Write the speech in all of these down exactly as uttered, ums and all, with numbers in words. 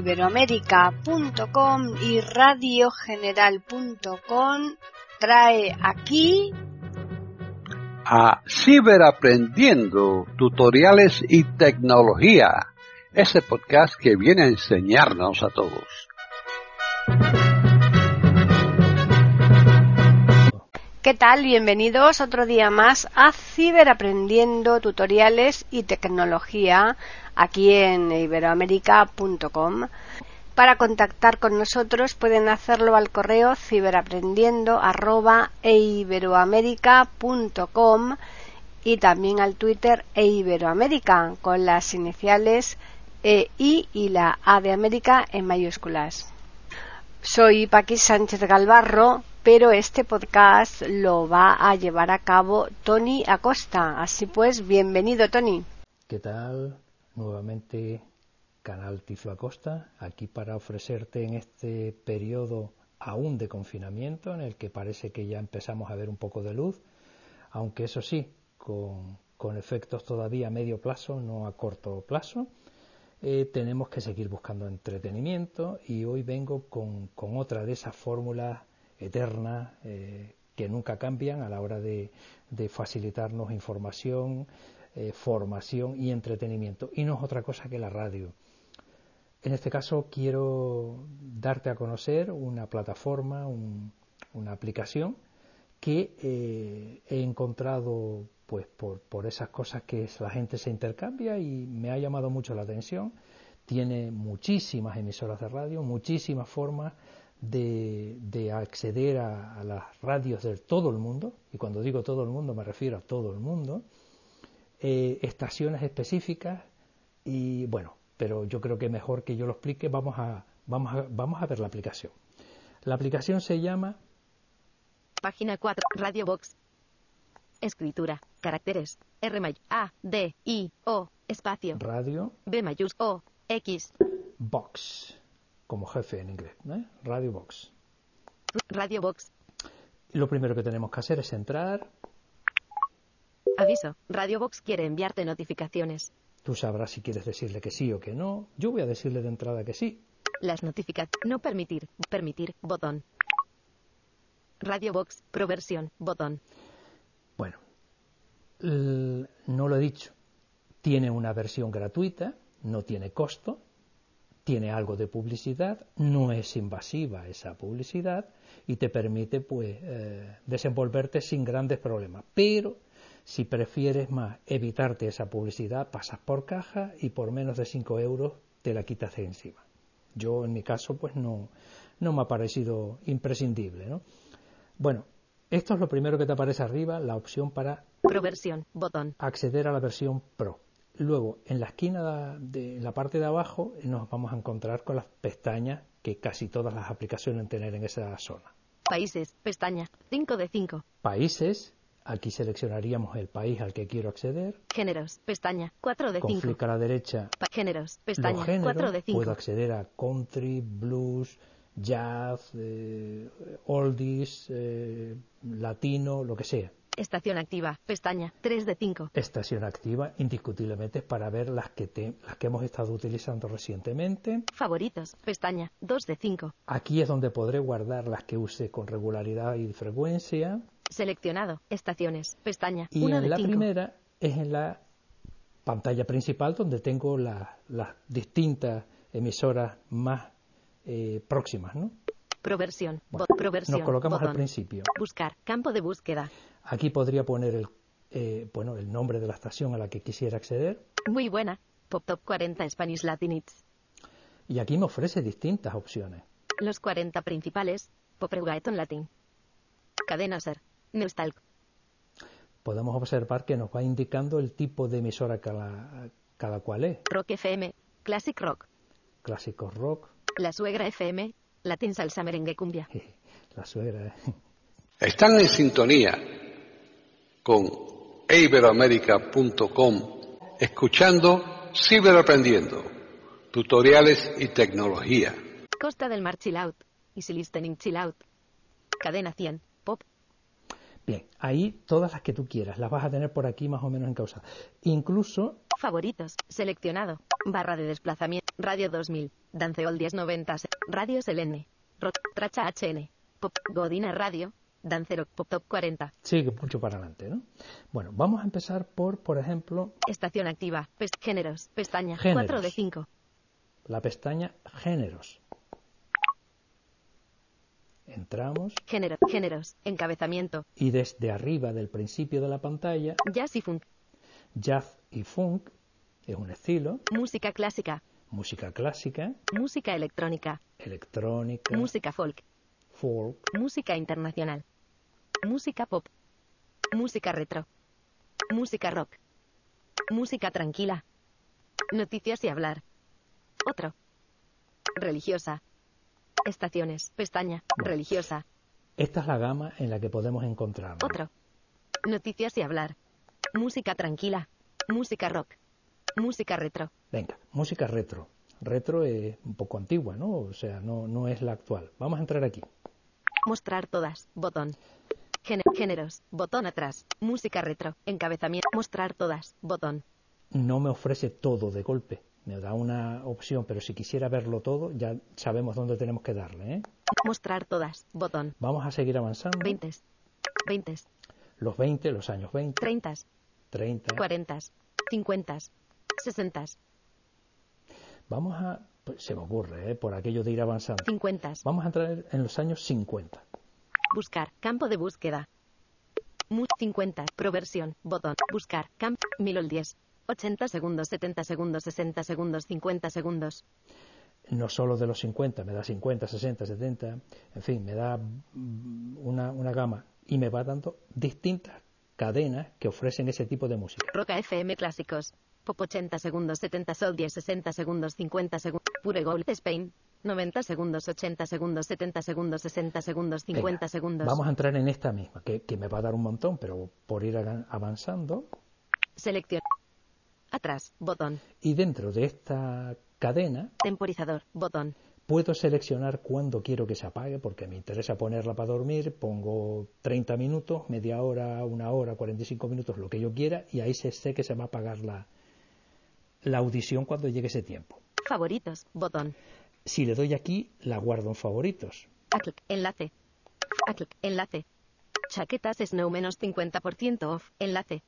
iberoamérica punto com y radio general punto com trae aquí a Ciberaprendiendo, tutoriales y tecnología, ese podcast que viene a enseñarnos a todos. ¿Qué tal? Bienvenidos otro día más a Ciberaprendiendo, tutoriales y tecnología aquí en iberoamérica punto com. Para contactar con nosotros pueden hacerlo al correo ciberaprendiendo arroba iberoamérica punto com y también al Twitter eiberoamérica con las iniciales E I y la A de América en mayúsculas. Soy Paqui Sánchez Galvarro, pero este podcast lo va a llevar a cabo Tony Acosta. Así pues, bienvenido, Tony. ¿Qué tal? Nuevamente, Canal Tiflo Acosta, aquí para ofrecerte en este periodo aún de confinamiento, en el que parece que ya empezamos a ver un poco de luz, aunque eso sí, con, con efectos todavía a medio plazo, no a corto plazo. Eh, tenemos que seguir buscando entretenimiento y hoy vengo con, con otra de esas fórmulas eternas eh, que nunca cambian a la hora de, de facilitarnos información, eh, formación y entretenimiento. Y no es otra cosa que la radio. En este caso quiero darte a conocer una plataforma, un, una aplicación que eh, he encontrado pues por, por esas cosas que la gente se intercambia y me ha llamado mucho la atención. Tiene muchísimas emisoras de radio, muchísimas formas de, de acceder a, a las radios de todo el mundo, y cuando digo todo el mundo me refiero a todo el mundo, eh, estaciones específicas y bueno, pero yo creo que mejor que yo lo explique, vamos a, vamos a, vamos a ver la aplicación. La aplicación se llama... Página cuatro, Radio Box. Escritura, caracteres, R may, A, D, I, O, espacio. Radio. B mayúscula, O, X. Box, como jefe en inglés, ¿eh? Radio Box. Radio Box. Lo primero que tenemos que hacer es entrar. Aviso, Radio Box quiere enviarte notificaciones. Tú sabrás si quieres decirle que sí o que no. Yo voy a decirle de entrada que sí. Las notificaciones. No permitir. Permitir. Botón. Radio Box. Proversión. Botón. Bueno, l- no lo he dicho. Tiene una versión gratuita, no tiene costo, tiene algo de publicidad, no es invasiva esa publicidad y te permite pues eh, desenvolverte sin grandes problemas. Pero si prefieres más evitarte esa publicidad, pasas por caja y por menos de cinco euros te la quitas de encima. Yo en mi caso pues no, no me ha parecido imprescindible, ¿no? Bueno, esto es lo primero que te aparece arriba, la opción para Proversión, botón. acceder a la versión Pro. Luego, en la esquina de la parte de abajo nos vamos a encontrar con las pestañas que casi todas las aplicaciones tienen en esa zona. Países, pestaña, cinco de cinco. Países. Aquí seleccionaríamos el país al que quiero acceder. Géneros, pestaña, cuatro de cinco. Con clic a la derecha, Pa- géneros, pestaña, los géneros, cuatro de cinco. puedo acceder a country, blues, jazz, eh, oldies, eh, latino, lo que sea. Estación activa, pestaña, tres de cinco. Estación activa, indiscutiblemente, para ver las que, te, las que hemos estado utilizando recientemente. Favoritos, pestaña, dos de cinco. Aquí es donde podré guardar las que use con regularidad y frecuencia. Seleccionado, estaciones, pestaña, Y uno en de la cinco. primera es en la pantalla principal donde tengo la, las distintas emisoras más eh, próximas, ¿no? Proversión, Bueno, bot- proversión, nos colocamos botón. al principio. Buscar, campo de búsqueda. Aquí podría poner el, eh, bueno, el nombre de la estación a la que quisiera acceder. Muy buena. Pop Top cuarenta Spanish Latin Hits. Y aquí me ofrece distintas opciones. Los cuarenta principales. Pop Reggaeton Latin. Cadena Ser. Nostalg. Podemos observar que nos va indicando el tipo de emisora cada, cada cual es. Rock F M. Classic Rock. Clásicos rock. La Suegra F M. Latin Salsa Merengue Cumbia. La suegra. ¿eh? Están en sintonía con iberoamérica punto com, escuchando Ciberaprendiendo, tutoriales y tecnología. Costa del Mar Chill Out. Easy Listening Chill Out. Cadena cien. Pop. Bien, ahí todas las que tú quieras, las vas a tener por aquí más o menos encausadas. Incluso... Favoritos. Seleccionado. Barra de desplazamiento. Radio dos mil, Danceol diez noventa, Radio Selene, Rock, Tracha H N, Pop, Godina Radio, Dancero, Pop Top cuarenta. Sigue mucho para adelante, ¿no? Bueno, vamos a empezar por, por ejemplo... Estación activa, pest géneros, pestaña, géneros. cuatro de cinco. La pestaña Géneros. Entramos. Género, géneros, encabezamiento. Y desde arriba del principio de la pantalla... Jazz y funk. Jazz y funk es un estilo. Música clásica. Música clásica. Música electrónica. Electrónica. Música folk. Folk. Música internacional. Música pop. Música retro. Música rock. Música tranquila. Noticias y hablar. Otro. Religiosa. Estaciones. Pestaña. Bueno, religiosa. Esta es la gama en la que podemos encontrarnos. Otro. Noticias y hablar. Música tranquila. Música rock. Música retro. Venga, música retro. Retro es un poco antigua, ¿no? O sea, no, no es la actual. Vamos a entrar aquí. Mostrar todas. Botón. Gene- géneros. Botón atrás. Música retro. Encabezamiento. Mostrar todas. Botón. No me ofrece todo de golpe. Me da una opción, pero si quisiera verlo todo, ya sabemos dónde tenemos que darle, ¿eh? Mostrar todas. Botón. Vamos a seguir avanzando. Veintes. Veintes. Los veinte, los años veinte. Treintas. treinta. Cuarentas. Cincuentas. Sesentas. Vamos a... Pues se me ocurre, ¿eh? Por aquello de ir avanzando. Cincuentas. Vamos a entrar en los años cincuenta. Buscar. Campo de búsqueda. Mu cincuenta. Proversión. Botón. Buscar. Camp. Mil ol diez. ochenta segundos. setenta segundos. sesenta segundos. cincuenta segundos. No solo de los cincuenta, me da cincuenta, sesenta, setenta. En fin, me da una, una gama. Y me va dando distintas cadenas que ofrecen ese tipo de música. Roca F M clásicos. Pop ochenta segundos. setenta Sol diez. sesenta segundos. cincuenta segundos. Pure Gold Spain. noventa segundos. ochenta segundos. setenta segundos. sesenta segundos. cincuenta Venga, segundos. Vamos a entrar en esta misma, que, que me va a dar un montón, pero por ir avanzando. Selección. Atrás. Botón. Y dentro de esta cadena Temporizador. Botón. puedo seleccionar cuándo quiero que se apague, porque me interesa ponerla para dormir. Pongo treinta minutos, media hora, una hora, cuarenta y cinco minutos, lo que yo quiera, y ahí se sé que se va a apagar la, la audición cuando llegue ese tiempo. Favoritos. Botón. Si le doy aquí, la guardo en favoritos. A clic. Enlace. A clic. Enlace. Chaquetas Snow menos cincuenta por ciento off. Enlace.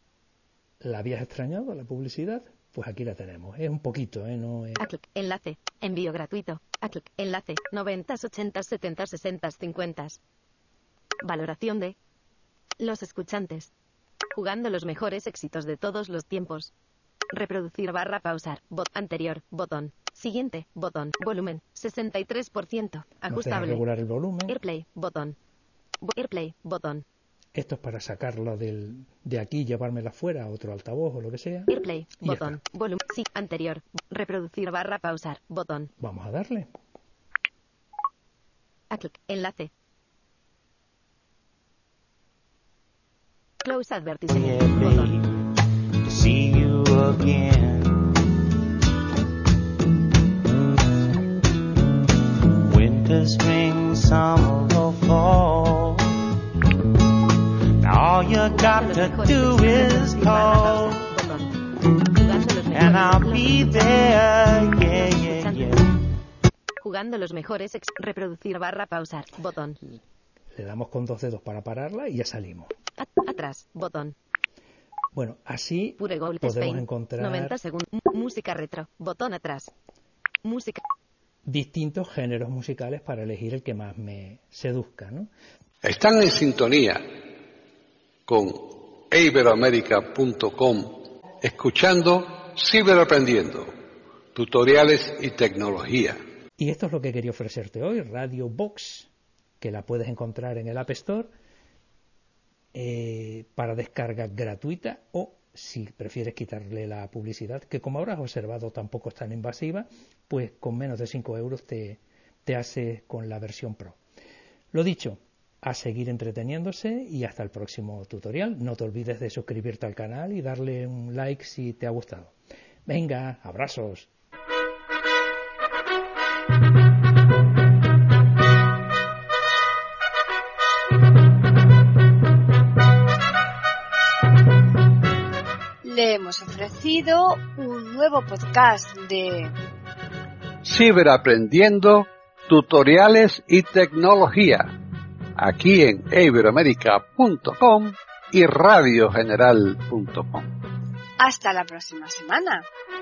¿La habías extrañado, la publicidad? Pues aquí la tenemos. Es un poquito, ¿eh? No es... A clic. Enlace. Envío gratuito. A clic. Enlace. noventa, ochenta, setenta, sesenta, cincuenta. Valoración de los escuchantes. Jugando los mejores éxitos de todos los tiempos. Reproducir barra pausar. Bot anterior. Botón. Siguiente. Botón. Volumen. sesenta y tres por ciento. Nos deja Ajustable. regular el volumen. Airplay. Botón. Bo- Airplay. Botón. Esto es para sacarlo del, de aquí y llevármela fuera a otro altavoz o lo que sea. Airplay. Y ya Botón. está. Volumen. Sí. Anterior. Reproducir barra pausar. Botón. Vamos a darle. A clic. Enlace. Close advertisement. Yeah, Botón. baby, to see you again. Winter, spring, summer or fall. Now all you got to do is call, and I'll be there. Yeah, yeah, yeah. Jugando los mejores ex reproducir barra pausar. Botón. Le damos con dos dedos para pararla y ya salimos. At atrás. Botón. Bueno, así Pure Gold podemos Spain. encontrar noventa segundos. Música retro. Botón atrás. Música. distintos géneros musicales para elegir el que más me seduzca, ¿no? Están en sintonía con iberoamerica punto com, escuchando Ciberaprendiendo, tutoriales y tecnología. Y esto es lo que quería ofrecerte hoy, Radio Box, que la puedes encontrar en el App Store eh, para descarga gratuita, o si prefieres quitarle la publicidad, que como habrás observado tampoco es tan invasiva, pues con menos de cinco euros te, te hace con la versión Pro. Lo dicho, a seguir entreteniéndose y hasta el próximo tutorial. No te olvides de suscribirte al canal y darle un like si te ha gustado. Venga, abrazos. Le hemos ofrecido un nuevo podcast de Ciberaprendiendo, tutoriales y tecnología, aquí en iberoamerica punto com y radio general punto com. Hasta la próxima semana.